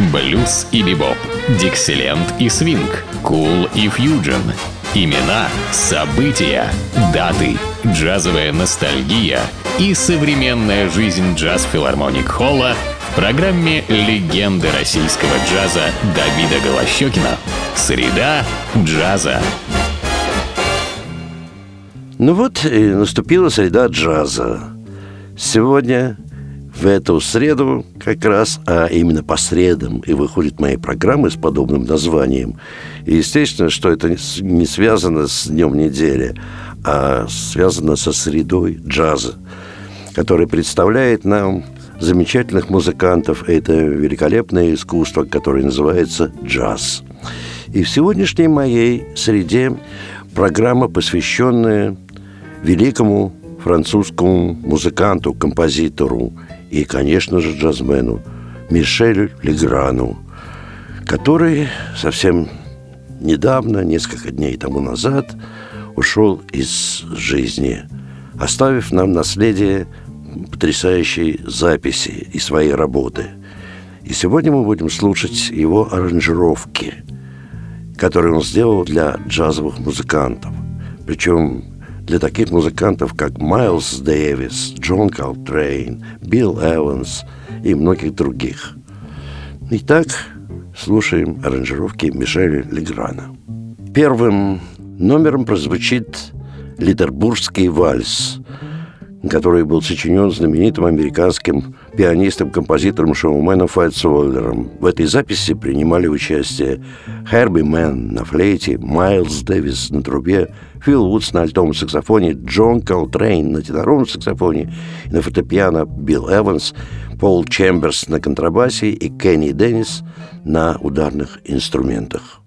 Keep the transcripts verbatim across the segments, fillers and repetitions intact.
Блюз и бибоп, диксиленд и свинг, кул и фьюджен. Имена, события, даты, джазовая ностальгия и современная жизнь джаз-филармоник Холла в программе «Легенды российского джаза» Давида Голощёкина. Среда джаза. Ну вот и наступила среда джаза. Сегодня, в эту среду как раз, а именно по средам и выходят мои программы с подобным названием. И естественно, что это не связано с днем недели, а связано со средой джаза, который представляет нам замечательных музыкантов. Это великолепное искусство, которое называется джаз. И в сегодняшней моей среде программа, посвященная великому французскому музыканту, композитору и, конечно же, джазмену Мишелю Леграну, который совсем недавно, несколько дней тому назад, ушел из жизни, оставив нам наследие потрясающей записи и своей работы. И сегодня мы будем слушать его аранжировки, которые он сделал для джазовых музыкантов. Причем для таких музыкантов, как Майлз Дэвис, Джон Колтрейн, Билл Эванс и многих других. Итак, слушаем аранжировки Мишеля Леграна. Первым номером прозвучит «Литербургский вальс», который был сочинен знаменитым американским пианистом, композитором, шоуменом Файтс-Уоллером. В этой записи принимали участие Херби Мэн на флейте, Майлз Дэвис на трубе, Фил Вудс на альтовом саксофоне, Джон Колтрейн на теноровом саксофоне и на фортепиано Билл Эванс, Пол Чемберс на контрабасе и Кенни Деннис на ударных инструментах.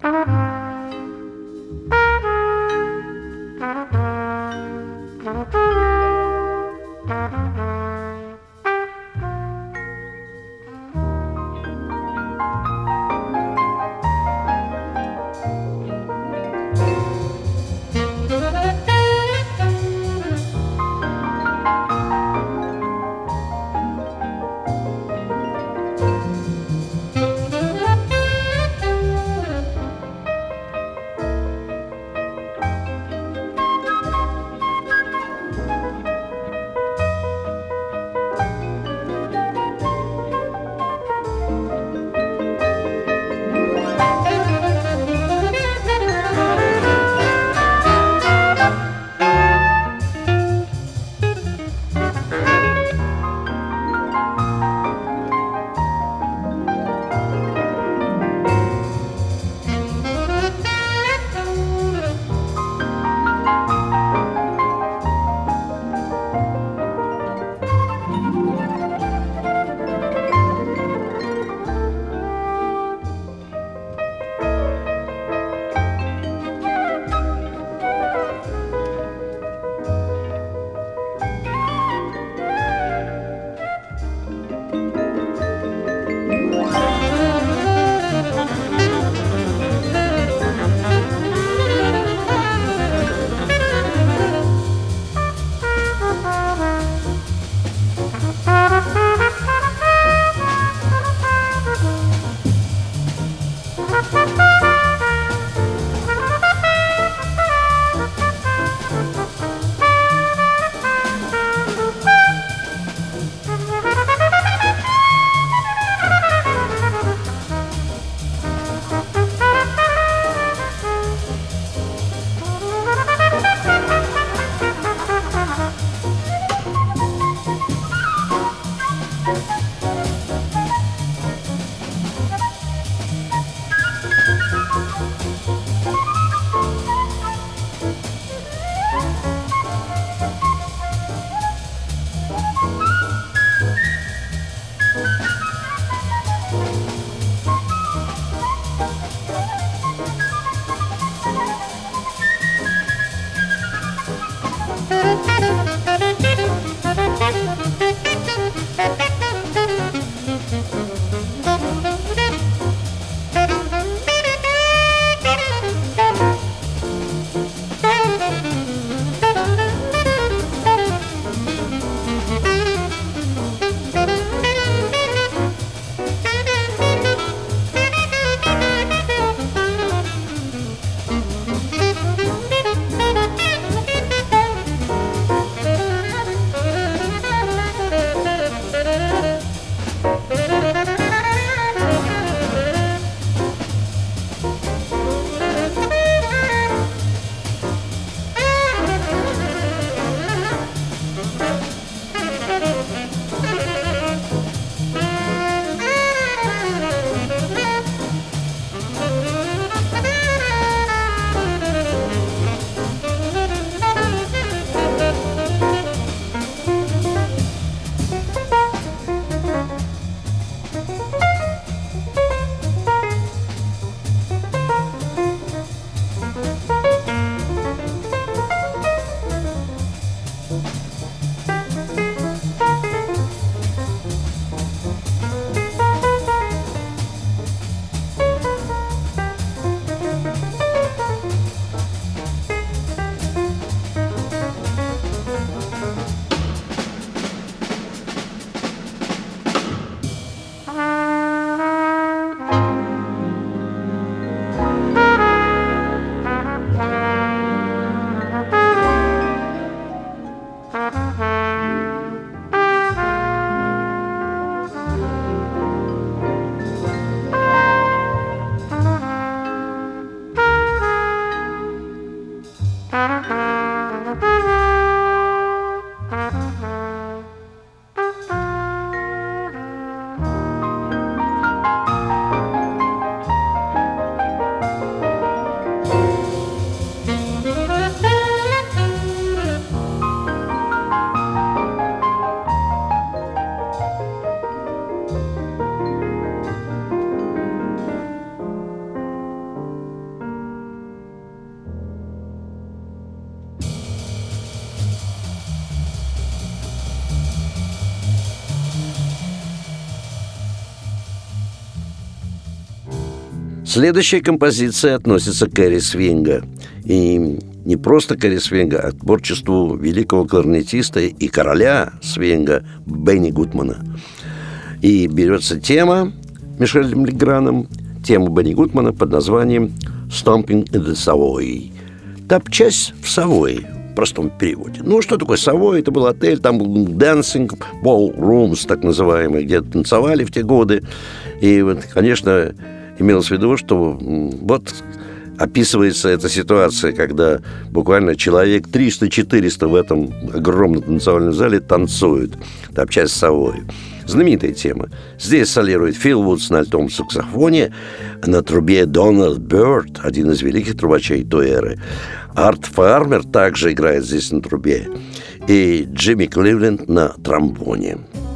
Следующая композиция относится к эре свинга. И не просто к эре свинга, а к творчеству великого кларнетиста и короля свинга Бенни Гудмана. И берется тема Мишелем Леграном, тема Бенни Гудмана под названием «Stomping in the Savoy». «Топчась в Савойи» в простом переводе. Ну, что такое Савой? Это был отель, там был dancing ballrooms, так называемые, где танцевали в те годы. И вот, конечно, имелось в виду, что вот описывается эта ситуация, когда буквально человек триста-четыреста в этом огромном танцевальном зале танцуют, топчась в Савойи. Знаменитая тема. Здесь солирует Фил Вудс на альтом саксофоне, на трубе Дональд Бёрд, один из великих трубачей той эры. Арт Фармер также играет здесь на трубе. И Джимми Кливленд на тромбоне.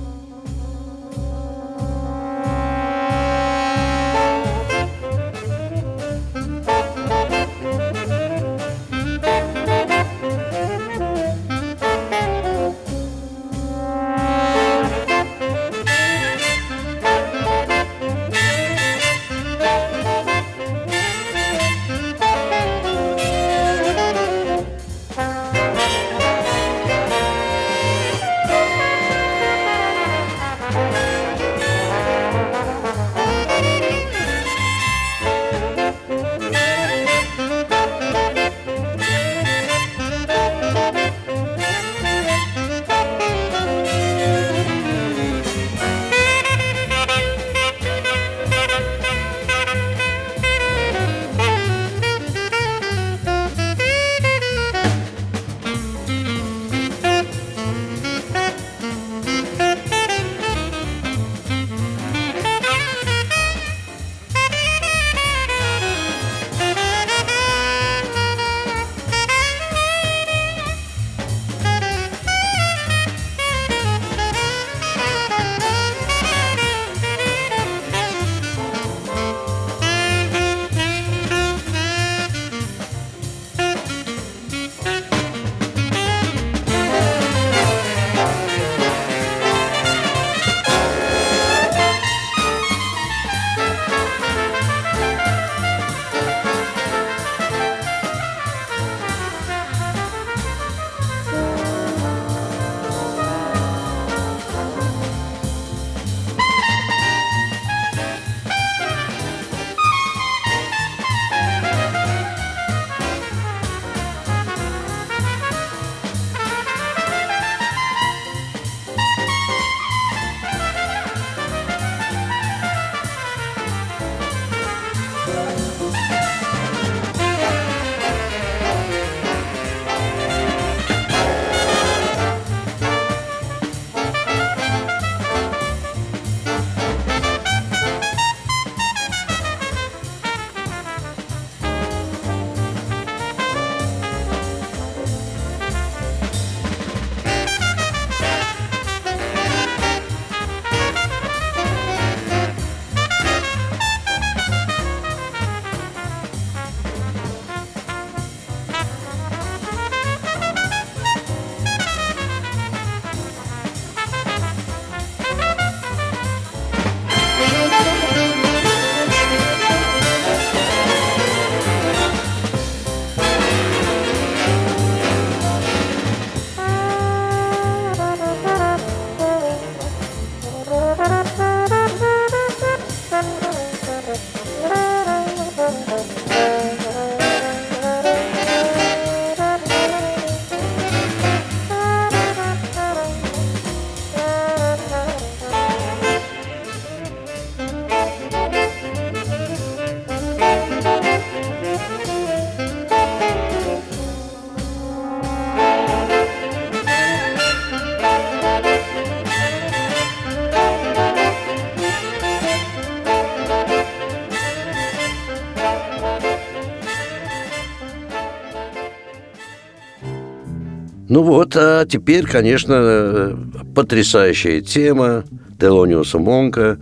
Ну вот, а теперь, конечно, потрясающая тема Телониуса Монка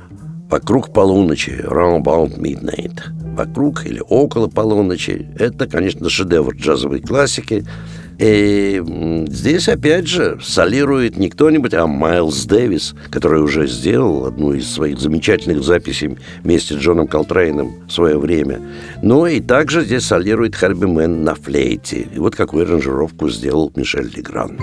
«Вокруг полуночи», «Round About Midnight». «Вокруг» или «Около полуночи» – это, конечно, шедевр джазовой классики. И здесь, опять же, солирует не кто-нибудь, а Майлз Дэвис, который уже сделал одну из своих замечательных записей вместе с Джоном Колтрейном в свое время. Но и также здесь солирует Харви Мэн на флейте. И вот какую аранжировку сделал Мишель Легран.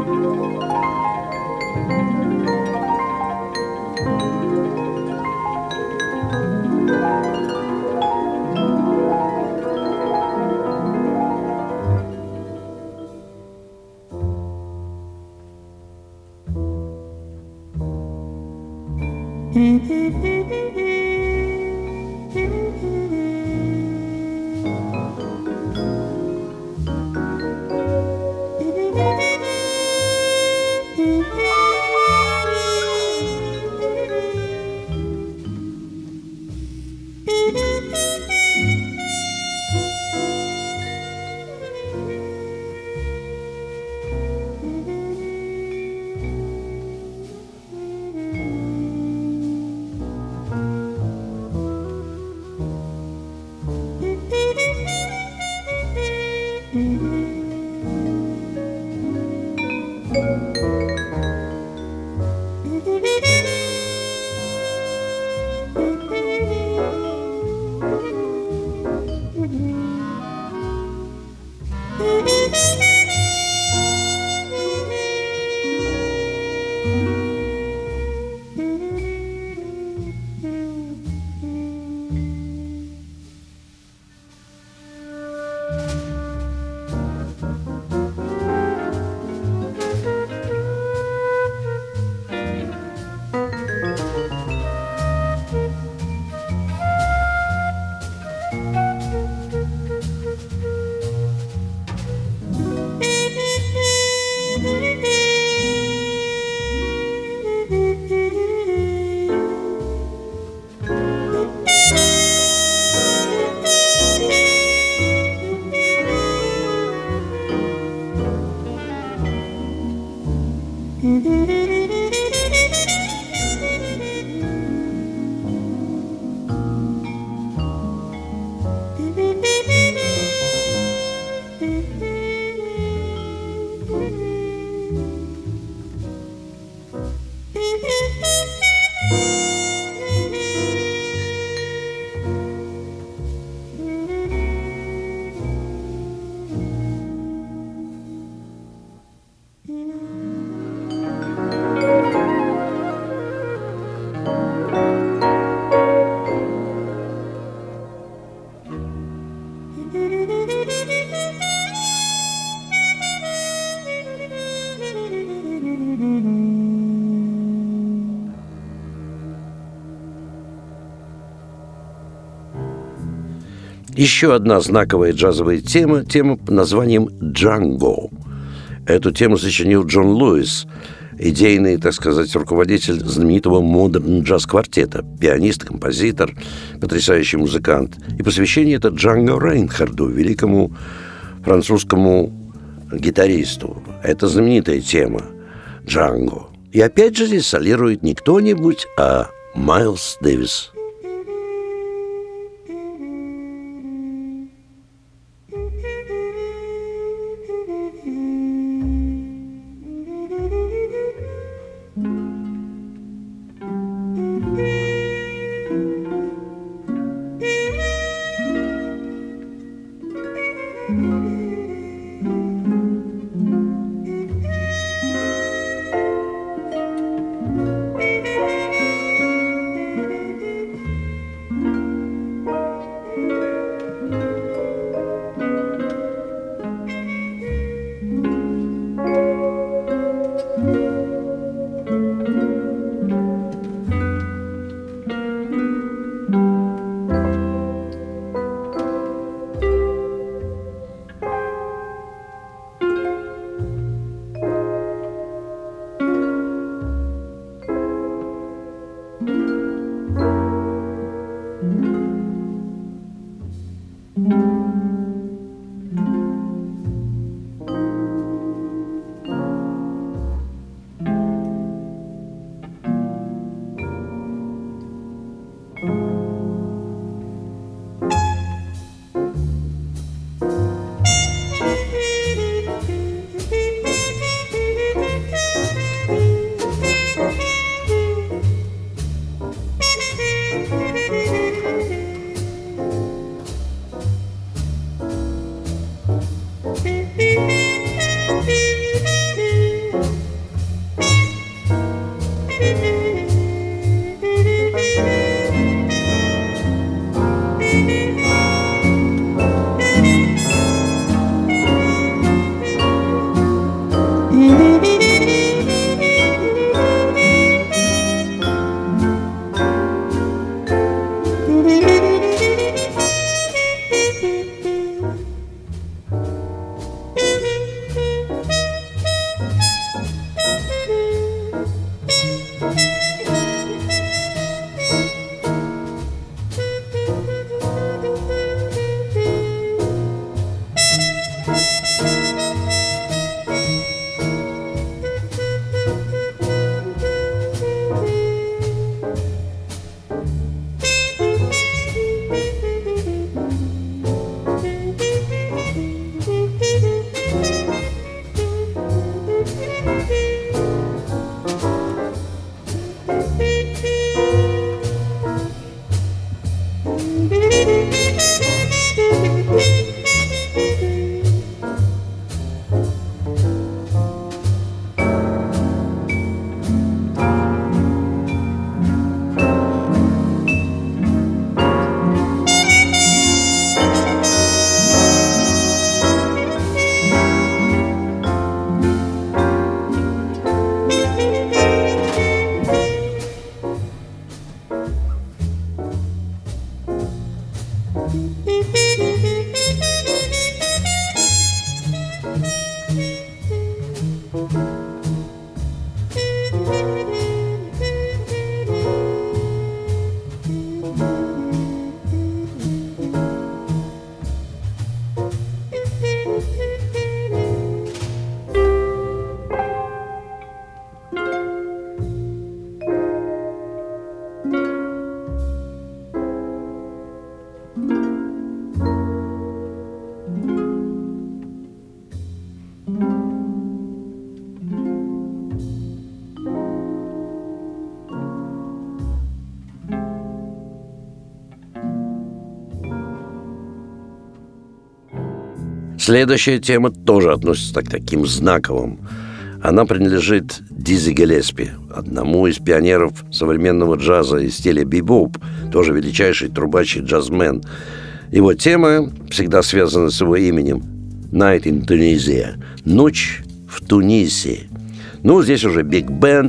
Еще одна знаковая джазовая тема, тема под названием «Джанго». Эту тему сочинил Джон Луис, идейный, так сказать, руководитель знаменитого модерн джаз-квартета, пианист, композитор, потрясающий музыкант. И посвящение это Джанго Рейнхарду, великому французскому гитаристу. Это знаменитая тема «Джанго». И опять же здесь солирует не кто-нибудь, а Майлз Дэвис. Следующая тема тоже относится к таким знаковым. Она принадлежит Дизи Гиллеспи, одному из пионеров современного джаза и стиля бибоп, тоже величайший трубач и джазмен. Его тема всегда связана с его именем «Night in Tunisia» – «Ночь в Тунисе». Ну, здесь уже биг-бенд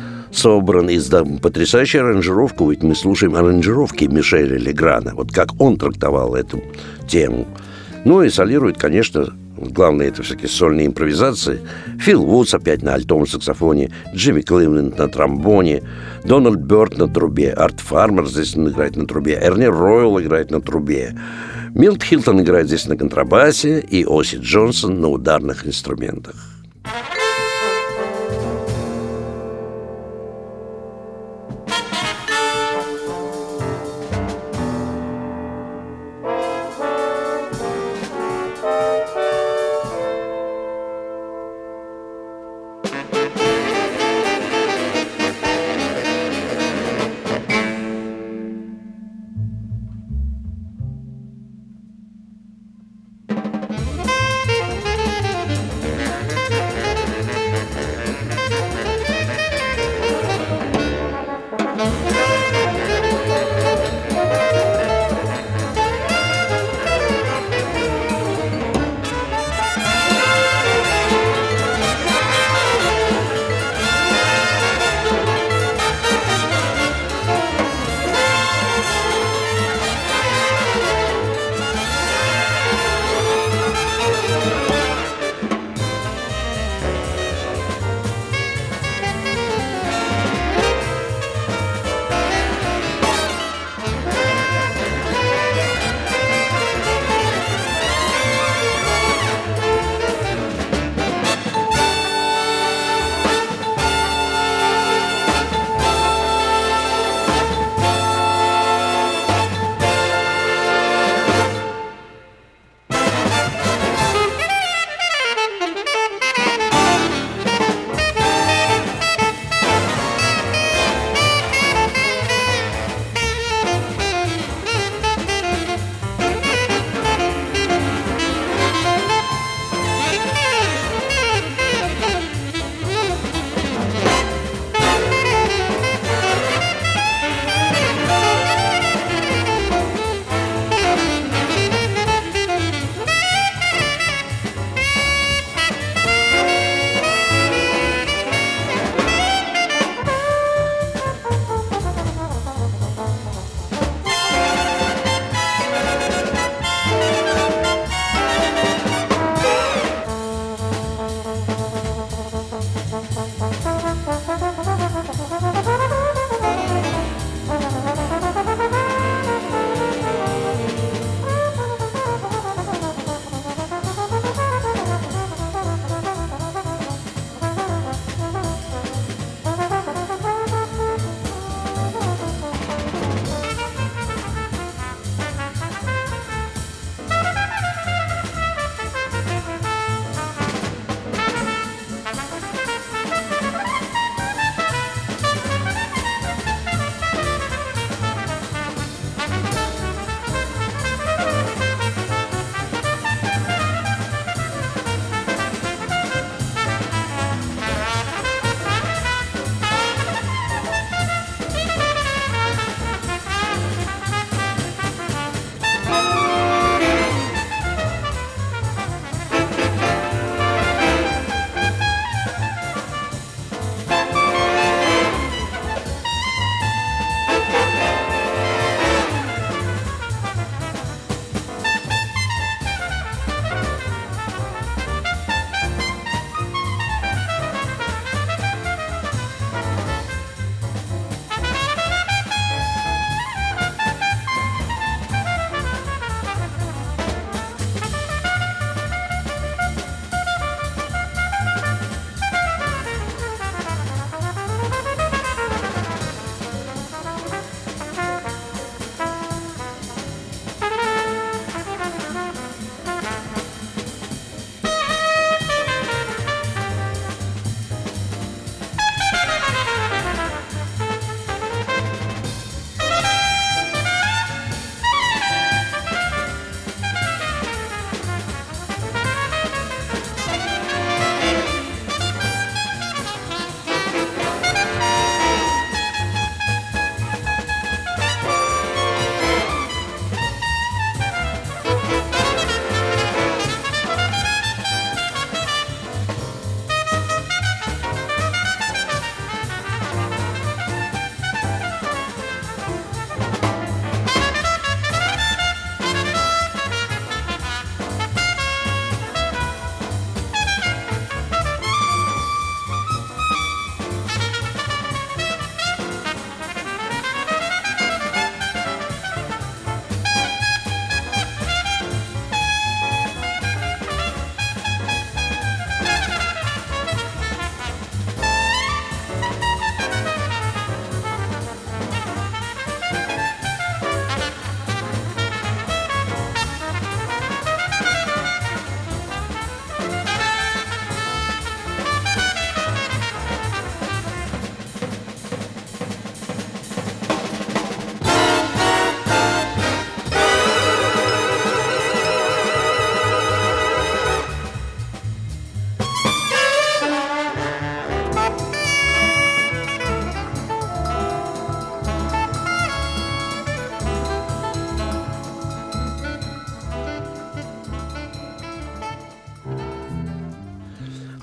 собран из да, потрясающей аранжировки, ведь мы слушаем аранжировки Мишеля Леграна, вот как он трактовал эту тему. Ну и солирует, конечно, главное, это всякие сольные импровизации. Фил Вудс опять на альтовом саксофоне, Джимми Кливленд на тромбоне, Дональд Бёрд на трубе, Арт Фармер здесь играет на трубе, Эрни Ройл играет на трубе, Милт Хилтон играет здесь на контрабасе и Оси Джонсон на ударных инструментах.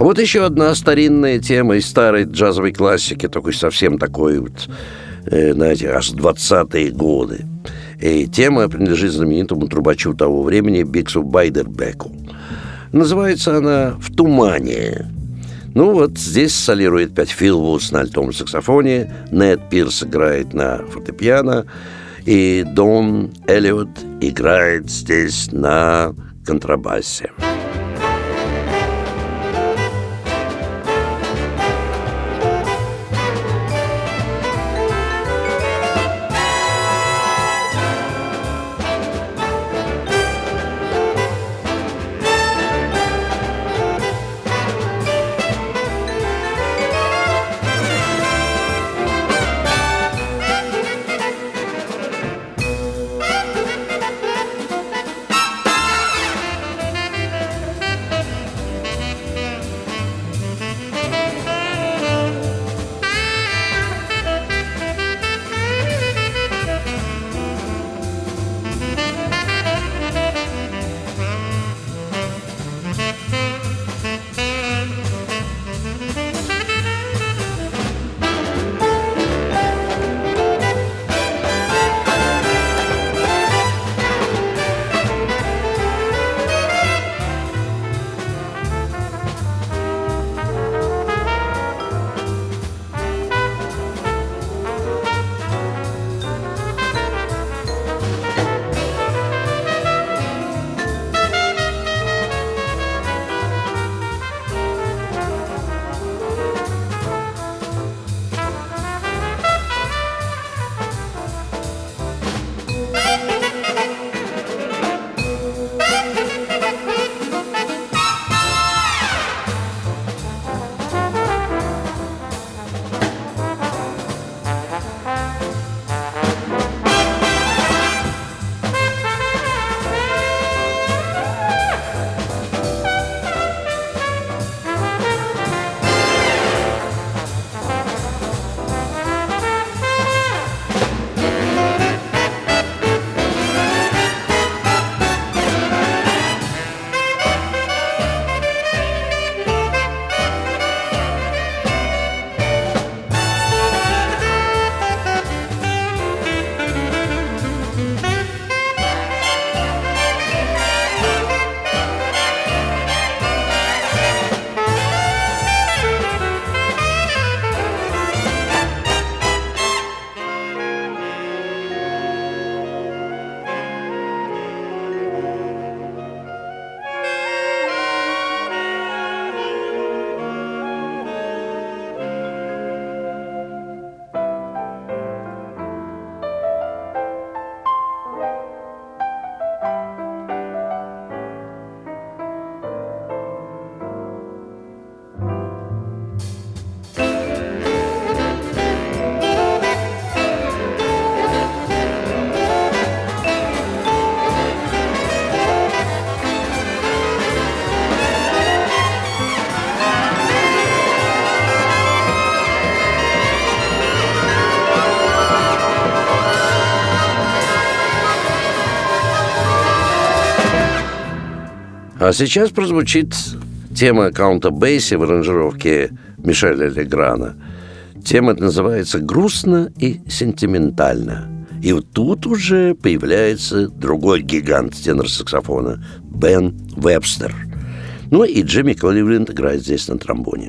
Вот еще одна старинная тема из старой джазовой классики, такой совсем такой вот, э, знаете, аж двадцатые годы. И тема принадлежит знаменитому трубачу того времени Биксу Байдербеку. Называется она «В тумане». Ну вот здесь солирует опять Фил Вудс на альтовом саксофоне, Нед Пирс играет на фортепиано, и Дон Эллиот играет здесь на контрабасе. А сейчас прозвучит тема Каунта Бейси в аранжировке Мишеля Леграна. Тема называется «Грустно и сентиментально». И вот тут уже появляется другой гигант тенор-саксофона Бен Вебстер. Ну и Джимми Кливленд играет здесь на тромбоне.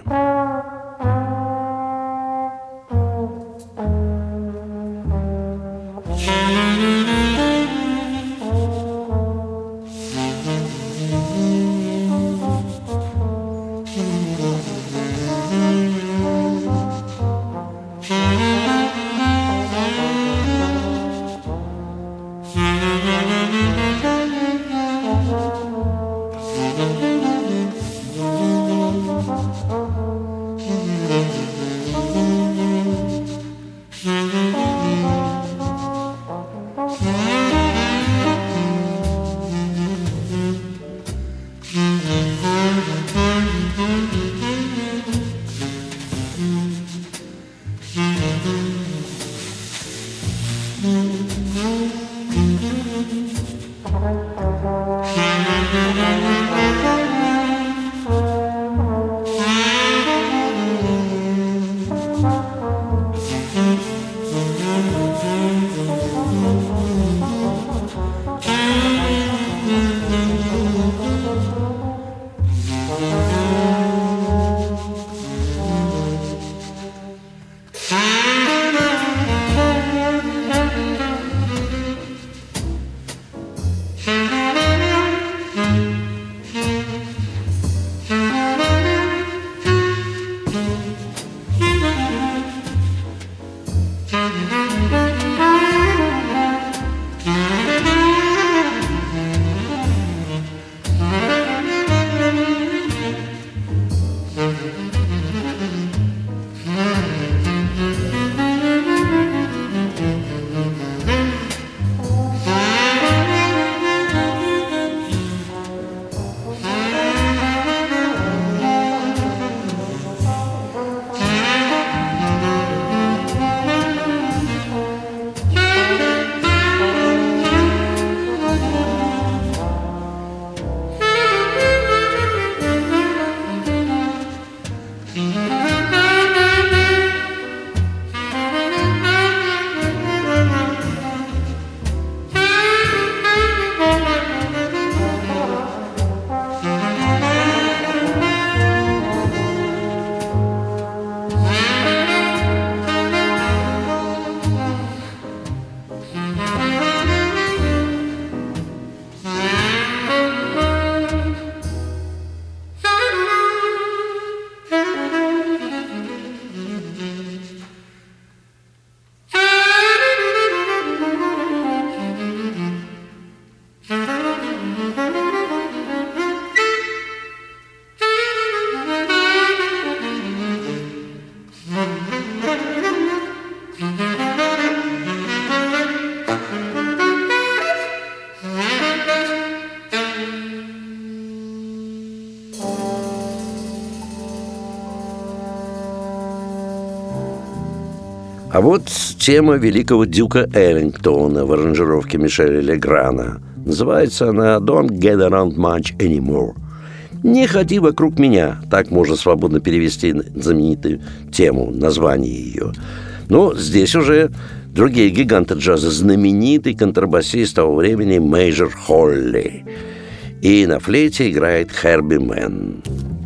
А вот тема великого Дюка Эллингтона в аранжировке Мишеля Леграна. Называется она «Don't get around much anymore». «Не ходи вокруг меня». Так можно свободно перевести знаменитую тему, название ее. Но здесь уже другие гиганты джаза. Знаменитый контрабасист того времени Мейджор Холли. И на флейте играет Херби Мэн.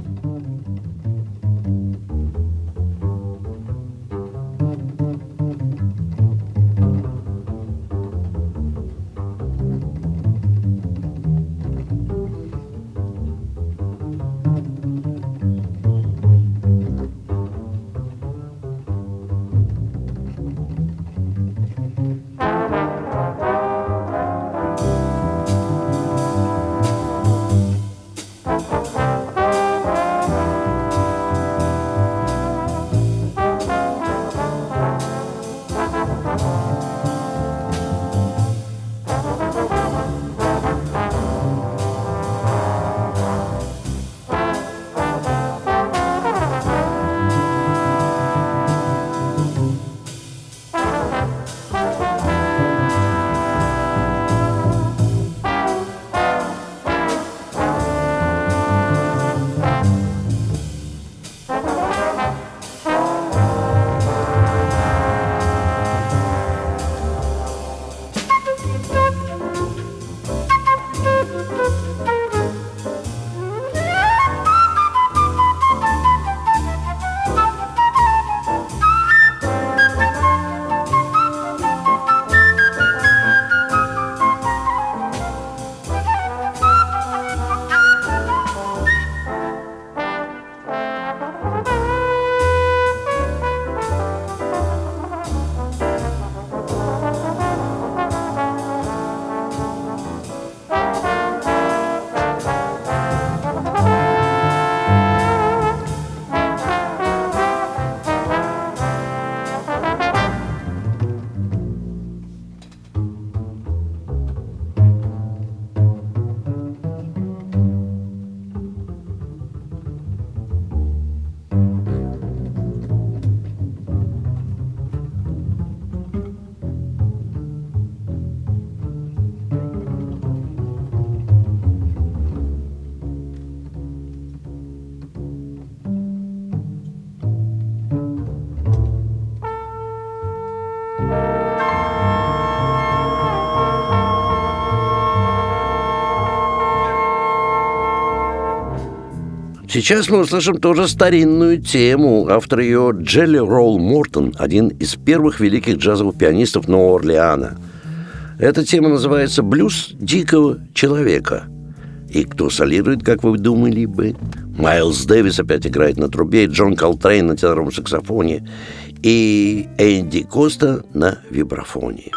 Сейчас мы услышим тоже старинную тему. Автор ее Джелли Ролл Мортон, один из первых великих джазовых пианистов Нового Орлеана. Эта тема называется «Блюз дикого человека». И кто солирует, как вы думали бы? Майлз Дэвис опять играет на трубе, Джон Колтрейн на теноровом саксофоне и Энди Коста на вибрафоне.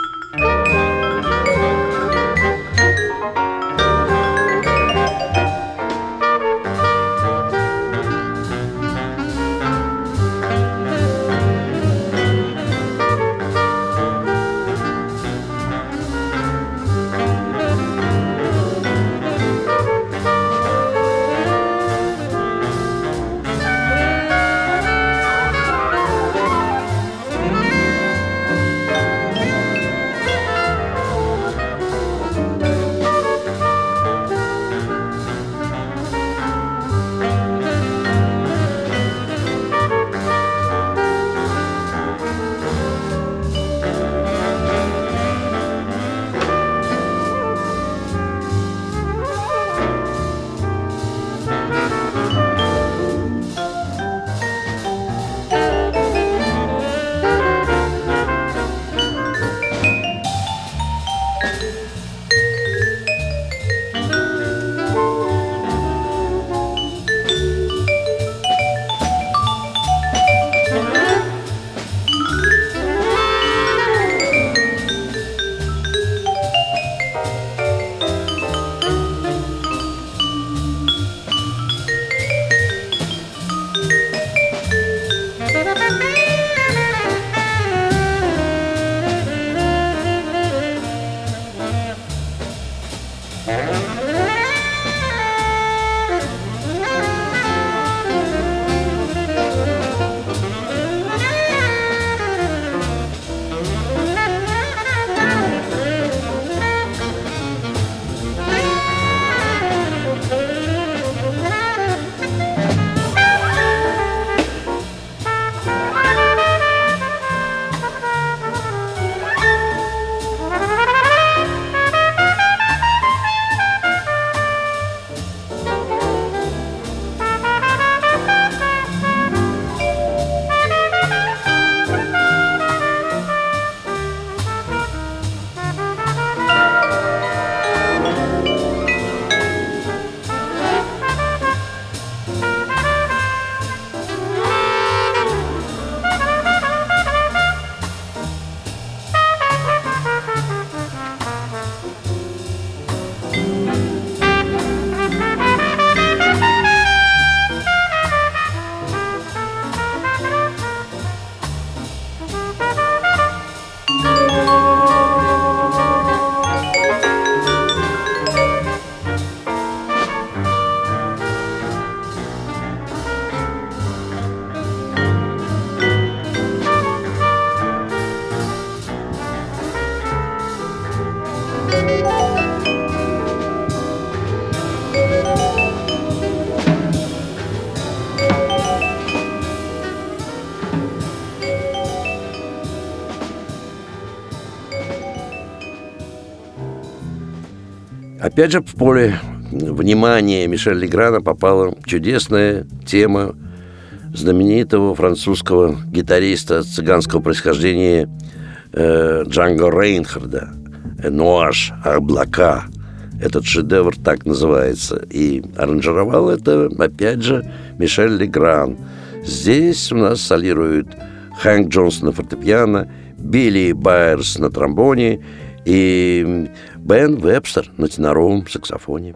Опять же, в поле внимания Мишеля Леграна попала чудесная тема знаменитого французского гитариста цыганского происхождения э, Джанго Рейнхарда «Нуаш», «Облака». Этот шедевр так называется. И аранжировал это, опять же, Мишель Легран. Здесь у нас солируют Хэнк Джонсон на фортепиано, Билли Байерс на тромбоне и Бен Вебстер на теноровом саксофоне.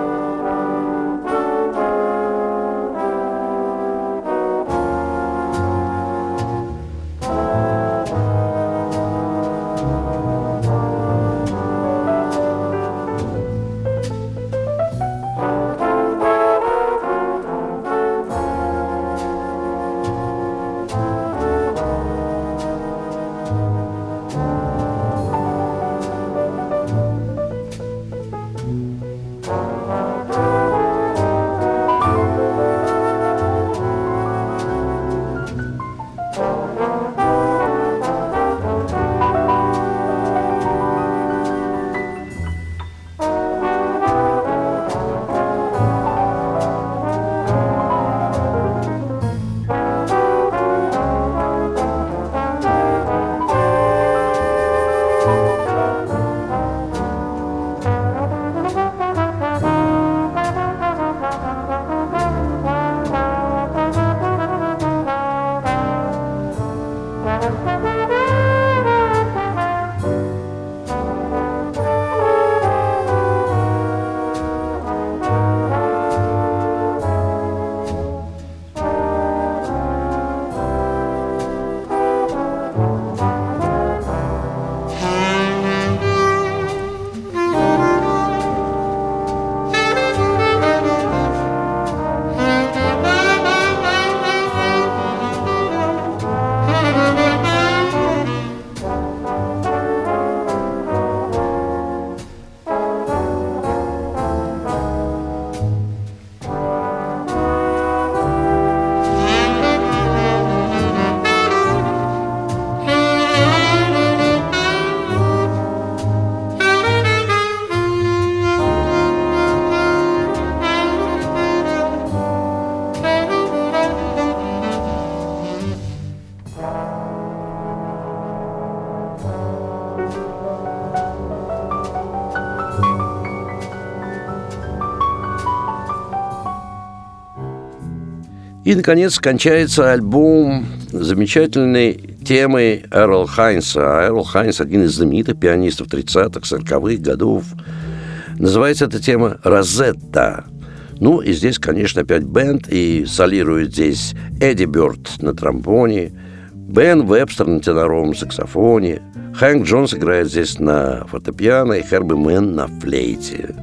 И, наконец, кончается альбом замечательной темой Эрла Хайнса. А Эрл Хайнс – один из знаменитых пианистов тридцатых, сороковых годов. Называется эта тема «Розетта». Ну, и здесь, конечно, опять бенд, и солирует здесь Эдди Бёрд на тромбоне, Бен Вебстер на теноровом саксофоне, Хэнк Джонс играет здесь на фортепиано и Херби Мэн на флейте.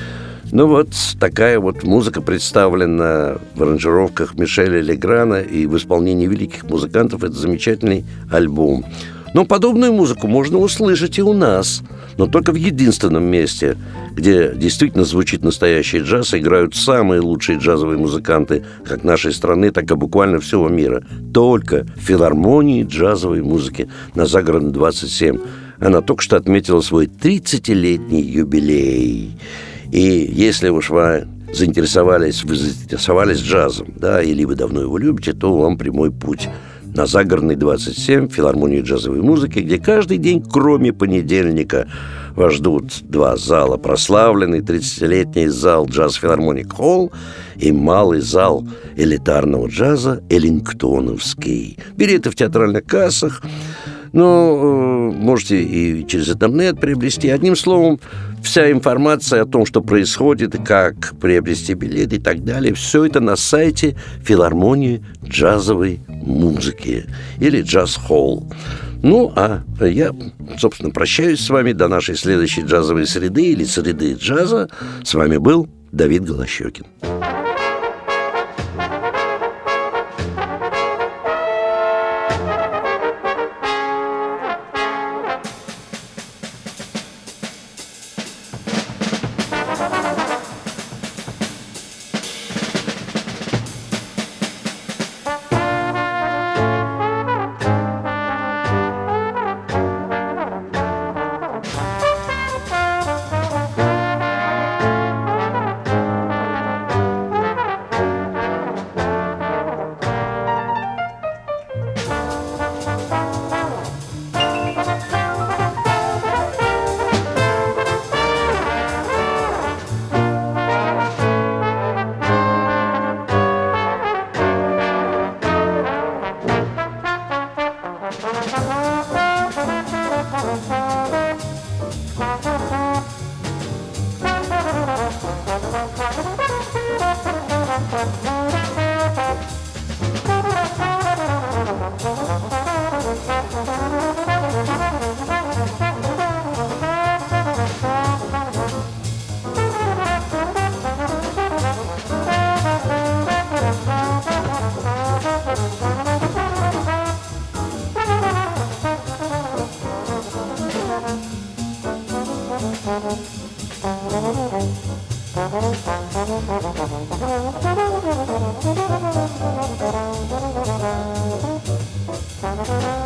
Ну вот такая вот музыка представлена в аранжировках Мишеля Леграна и в исполнении великих музыкантов. Это замечательный альбом. Но подобную музыку можно услышать и у нас, но только в единственном месте, где действительно звучит настоящий джаз, и играют самые лучшие джазовые музыканты как нашей страны, так и буквально всего мира. Только в филармонии джазовой музыки на Загородной двадцать семь. Она только что отметила свой тридцатилетний юбилей. И если уж вы заинтересовались, вы заинтересовались джазом, да, или вы давно его любите, то вам прямой путь на Загородной двадцать семь, в филармонию джазовой музыки, где каждый день, кроме понедельника, вас ждут два зала: прославленный тридцатилетний зал Джаз Филармоник Холл и малый зал элитарного джаза Эллингтоновский. Билеты в театральных кассах, но э, можете и через интернет приобрести. Одним словом, вся информация о том, что происходит, как приобрести билет и так далее, все это на сайте филармонии джазовой музыки или Джаз-холл. Ну, а я, собственно, прощаюсь с вами до нашей следующей джазовой среды или среды джаза. С вами был Давид Голощёкин. Thank you.